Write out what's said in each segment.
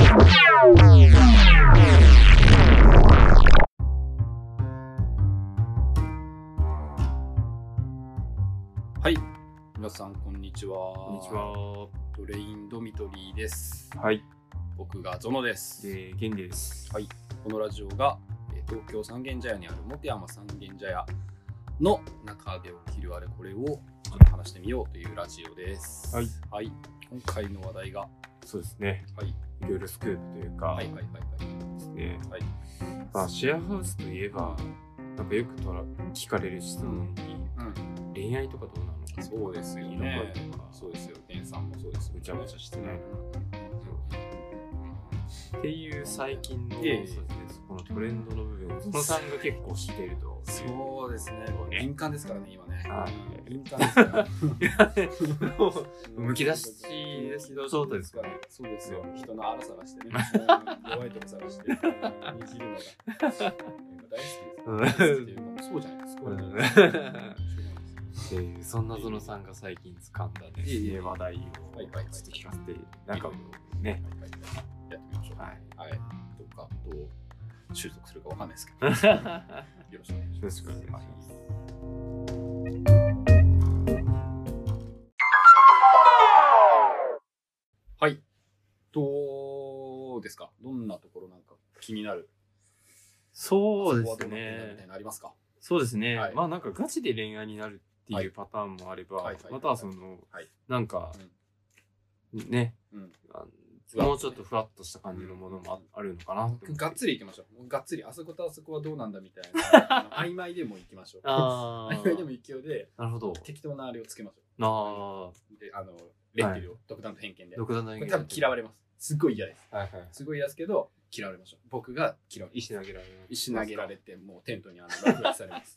はい、皆さんこんにちは。 こんにちは。 レインドミトリーです。 はい。 僕がゾノです。 ゲンです。 はい。このラジオが東京三軒茶屋にある本山三軒茶屋の中で起きるあれこれをちょっと話してみようというラジオです。 はい。 はい。今回の話題がそうですね。 はい。 いろいろスクープというか。 はいはいはいはい。 ですね。 はい。 まあシェアハウスといえばなんかよく聞かれる質問に、恋愛とかどうなのか。 そうですよね。そうですよ。ゲンさんもそうです。 ぐちゃぐちゃしてない。っていう最近の、そうですね、このトレンドの部分、ゾノさんが結構知ってると。 そうですね。敏感ですからね、今ね。敏感ですから。むき出しですけど、そうですかね。 そうですよ。人の荒探してね。弱いとこ探して、握るのが。大好きです。そうじゃないですか。 っていうそんなゾノさんが最近掴んだね、話題をちょっと聞かせて、なんかね、 やってみましょう。はい。どう収束するかわかんないですけど。よろしくお願いします。はい。どうですか？どんなところなんか気になる？ そうですね。 みたいなありますか？ そうですね。まあなんかガチで恋愛になるっていうパターンもあれば、またはそのなんかね、もうちょっとふわっとした感じのものもあるのかな。 がっつりいきましょう。がっつりあそことあそこはどうなんだみたいな曖昧でもいきましょう。曖昧でもいきようで、 なるほど。 適当なあれをつけましょう。でレッテルを独断と偏見で。 独断と偏見。 多分嫌われます。すっごい嫌です。 すごい嫌ですけど嫌われましょう。僕が嫌われ。 石投げられます。 石投げられてもうテントに落書きされます。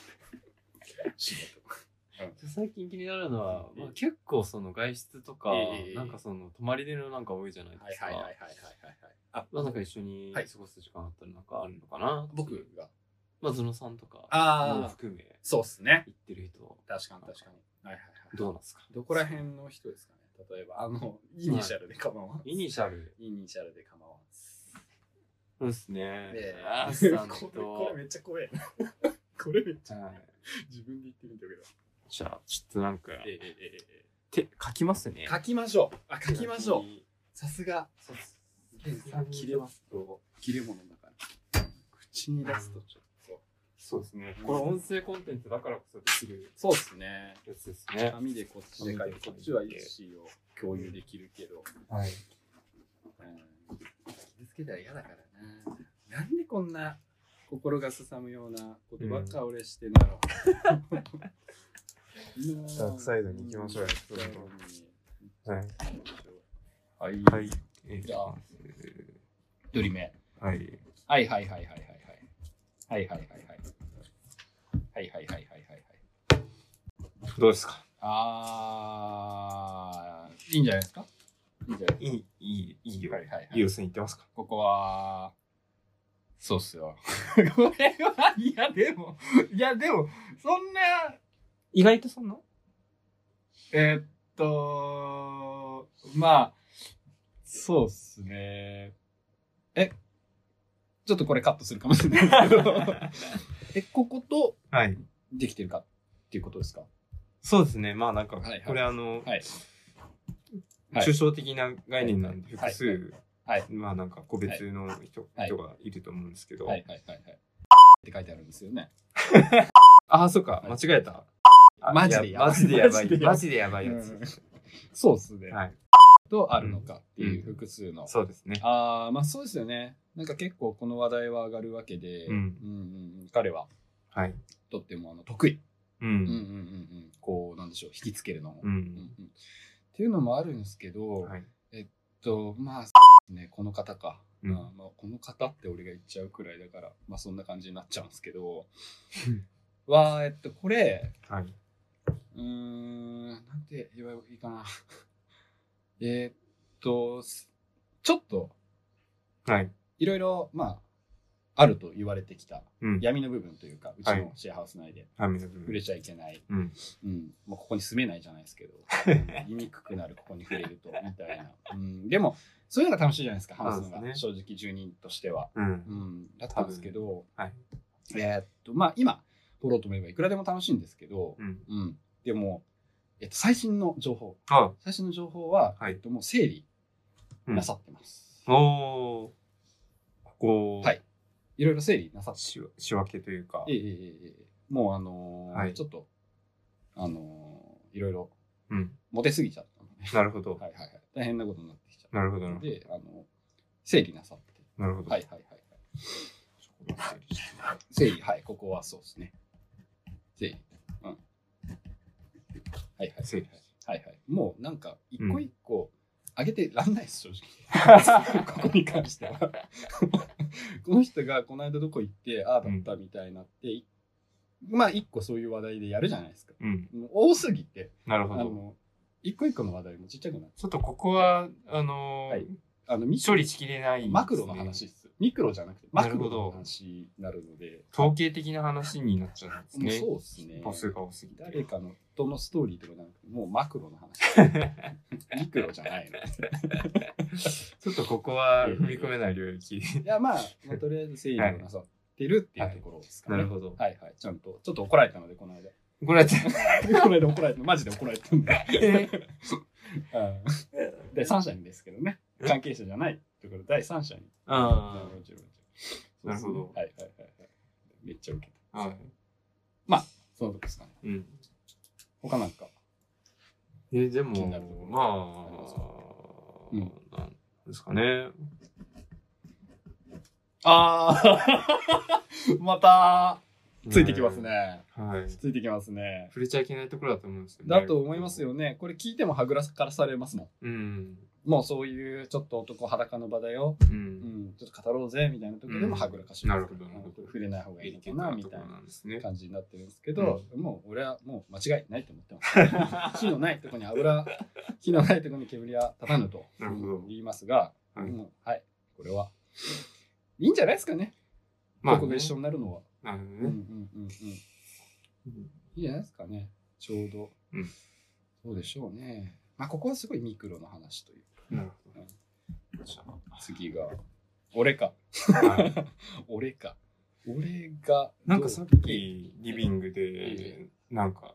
最近気になるのは、結構その外出とか、なんかその泊まりでのなんか多いじゃないですか。なんか一緒に過ごす時間あったらなんかあるのかな。 僕が。 ゾノさんとかも含め。 そうっすね。 行ってる人。 確かに。 どうなんですか。 どこら辺の人ですかね。例えばイニシャルで構わん。 イニシャルで構わん。 そうですね。 これめっちゃ怖い。これめっちゃ自分で言ってるんだけど。 じゃあちょっとなんか書きますね。 書きましょう。書きましょう。さすが。切れますと切れ物だから口に出すとちょっと。 そうですね。これ音声コンテンツだからこそできる。 そうですね。 やつですね。 紙でこっちで書いてこっちは意思を共有できるけど。 はい。 傷つけたら嫌だからな。なんでこんな心がすさむようなことばっか俺してんだろう。 ダークサイドに行きましょうよ。 はい。 はい。 じゃあ一人目。 はい。どうですか。 いいんじゃないですか。 いいよ。いい線いってますか。 ここはそうっすよ。これはいやでもそんな意外とそんなまあそうっすね。ちょっとこれカットするかもしれないですけどこことできてるかっていうことですか。 そうですね。まあなんかこれ抽象的な概念なんで複数まあなんか個別の人がいると思うんですけど。って書いてあるんですよね。 そうか。間違えた。 マジでやばいやつ。そうっすね。とあるのかっていう複数の。 そうですね。 まあそうですよね。なんか結構この話題は上がるわけで、彼はとっても得意。こうなんでしょう、引きつけるのも。っていうのもあるんですけど、まあね、この方か。この方って俺が言っちゃうくらいだから、まあそんな感じになっちゃうんですけど、これ、なんて言えばいいかな。ちょっと、いろいろ、まあ、あると言われてきた闇の部分というか、うちのシェアハウス内で触れちゃいけない、もうここに住めないじゃないですけど、言いにくくなるここに触れるとみたいな。でもそういうのが楽しいじゃないですか、話すのが。正直住人としては。だったんですけど、まあ今、取ろうと思えばいくらでも楽しいんですけど、でも、最新の情報は、もう整理なさってます。 ここ、 はい。いろいろ整理なさって仕分けというか。 もうちょっと、いろいろ、モテすぎちゃったので。 なるほど。 大変なことになってきちゃう。 なるほど。 で、整理なさって。 なるほど。 整理、ここはそうですね。整理。整理。もうなんか、一個一個上げてらんないです、正直。ここに関しては。この人がこの間どこ行って、ああだったみたいになって、まあ一個そういう話題でやるじゃないですか。多すぎて。 なるほど。 一個一個の話題もちっちゃくなって。 ちょっとここは、処理しきれない、 マクロの話です。ミクロじゃなくて、マクロの話になるので。 統計的な話になっちゃうんですね。 そうですね。 母数が多すぎて。 誰かのとのストーリーとかじゃなくて、もうマクロの話。ミクロじゃないの。 ちょっとここは踏み込めない領域。 いや、まあ、とりあえず整理をなさってるっていうところですかね。 なるほど。 ちゃんと、ちょっと怒られたので、この間。 怒られた。 この間怒られた。マジで怒られたんで。第三者にですけどね。関係者じゃないところ、第三者に。 もちろん。なるほど。 めっちゃ受けた。まあ、そのとこですかね。他なんか。 でも、まあ、なんですかね。 また、ついてきますね。ついてきますね。 触れちゃいけないところだと思うんですよね。 だと思いますよね。これ聞いてもはぐらからされますもん。もうそういうちょっと男裸の場だよ。ちょっと語ろうぜみたいな時でもはぐらかします。触れない方がいいのかなみたいな感じになってるんですけど、もう俺はもう間違いないと思ってます。火のないところに火のないところに煙は立たぬと言いますが、これはいいんじゃないですかね。ここが一緒になるのは。いいじゃないですかね。ちょうど。そうでしょうね。まあここはすごいミクロの話というか。次が俺か。俺が。 なんかさっきリビングでなんか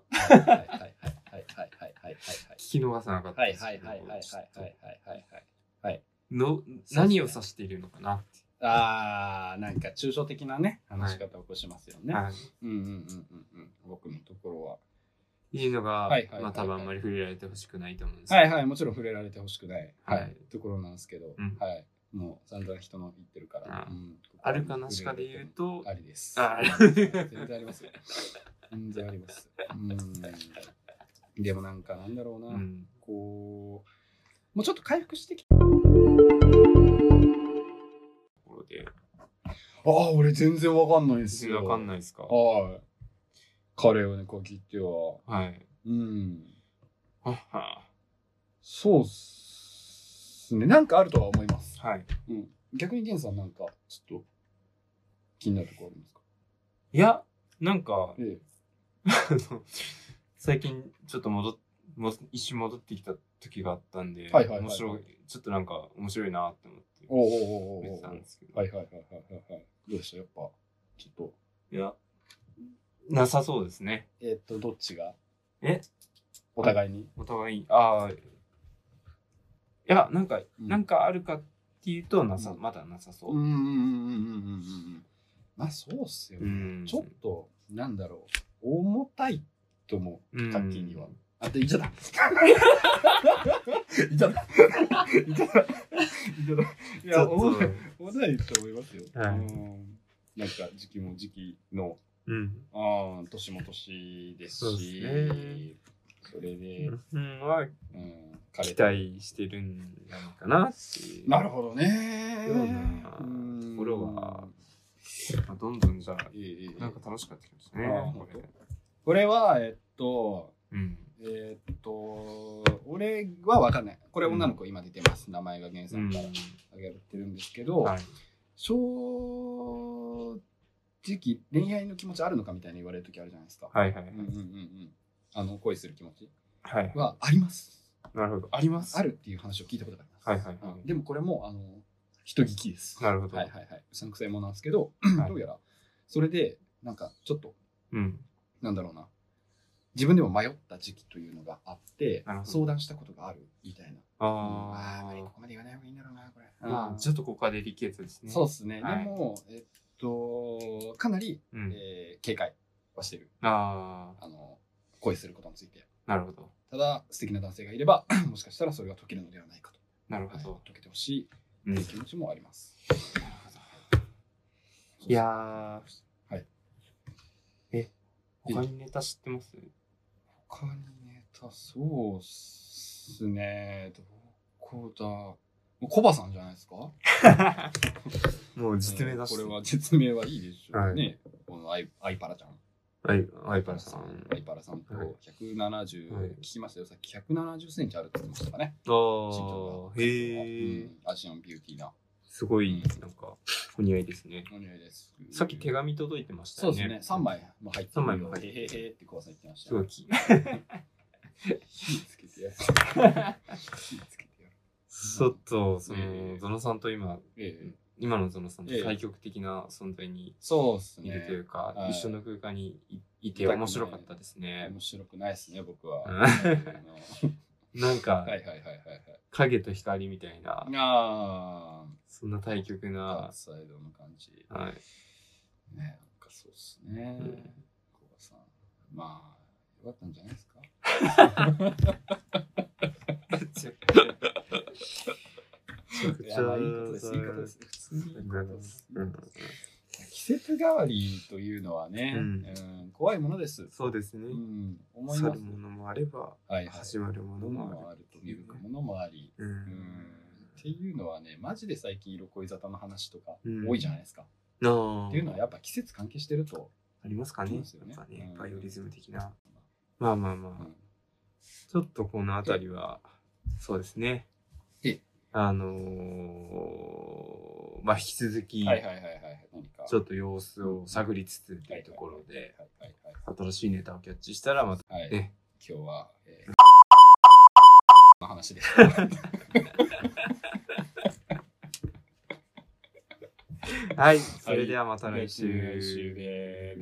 聞き逃さなかったですけど。何を指しているのかな。 なんか抽象的なね話し方を起こしますよね。僕のところは。 いうのが、まあ多分あんまり触れられてほしくないと思うんですけど。もちろん触れられてほしくないところなんですけど、もう散々人の言ってるから。 あるかなしかで言うと、 ありです。全然ありますよ。全然あります。でもなんかなんだろうな、こう、もうちょっと回復してきた。俺全然わかんないですよ。 全然わかんないですか。 彼をね、限っては。そうっすね。なんかあるとは思います。逆にゲンさんなんか、ちょっと、気になるところありますか？ いや、なんか、最近ちょっと一瞬戻ってきた時があったんで、面白い、ちょっとなんか面白いなって思って、見てたんですけど。どうでしたやっぱ、ちょっと。 いや、なさそうですね。 どっちが？お互いに？ お互いに。いや、なんかあるかっていうと、まだなさそう。 まあそうっすよね。ちょっと、なんだろう。重たいと思う。カッキーには。言っちゃった。いや、重たいと思いますよ。なんか、時期も時期の、年も年ですし、それで、 期待してるんじゃないかなっていう。 なるほどね。 ところは、どんどんじゃあ、なんか楽しかったですね。 これは、俺は分かんない。これ女の子今出てます。名前が源さんから挙げられてるんですけど、正直恋愛の気持ちあるのかみたいに言われる時あるじゃないですか。恋する気持ちはあります。 なるほど。あります。 あるっていう話を聞いたことがあります。 はいはいはい。 でもこれも、人聞きです。 なるほど。 はいはいはい。うさんくさいものなんですけど、どうやら、それで、なんか、ちょっと、なんだろうな。自分でも迷った時期というのがあって、相談したことがあるみたいな。あまりここまで言わない方がいいんだろうな、これ。 ちょっとここはデリケートですね。 そうですね。でも、かなり、警戒はしてる。恋することについて。 なるほど。 ただ、素敵な男性がいれば、もしかしたらそれが解けるのではないかと。 なるほど。 解けてほしい気持ちもあります。 なるほど。いやー。はい。他にネタ知ってます？ 他にネタ、そうっすね。どこだ。コバさんじゃないですか？ もう実名出して。 これは実名はいいでしょうね。このアイパラちゃん。 アイパラさん。 アイパラさんと170、聞きましたよ。さっき170センチあるって言ってましたかね。 へえ。 アジアンビューティーな。 すごい、なんか、お似合いですね。 お似合いです。 さっき手紙届いてましたよね。 そうですね。3枚も入ってる。3枚も入ってる。へへへってコバさん言ってました。 すごい。 火つけてやる。火つけてやる。 ちょっと、ゾノさんと今のゾノさんと対極的な存在にいるというか、一緒の空間にいて面白かったですね。 面白くないですね、僕は。 なんか、影と光みたいな、そんな対極な。 サイドの感じ。 はい。 ね、なんかそうっすね。コバさん。まあ、よかったんじゃないですか。いいことです。いいことです。普通にいいことです。季節変わりというのはね、怖いものです。 そうですね。 思います。 去るものもあれば、始まるものもある。 というものもあり。っていうのはね、マジで最近色恋沙汰の話とか多いじゃないですか。っていうのはやっぱ季節関係してるとありますかね。やっぱね、バイオリズム的な。まあ。ちょっとこのあたりは、そうですね。まあ引き続き、ちょっと様子を探りつつというところで、新しいネタをキャッチしたらまた、 今日は、の話でした。 はい、それではまた来週。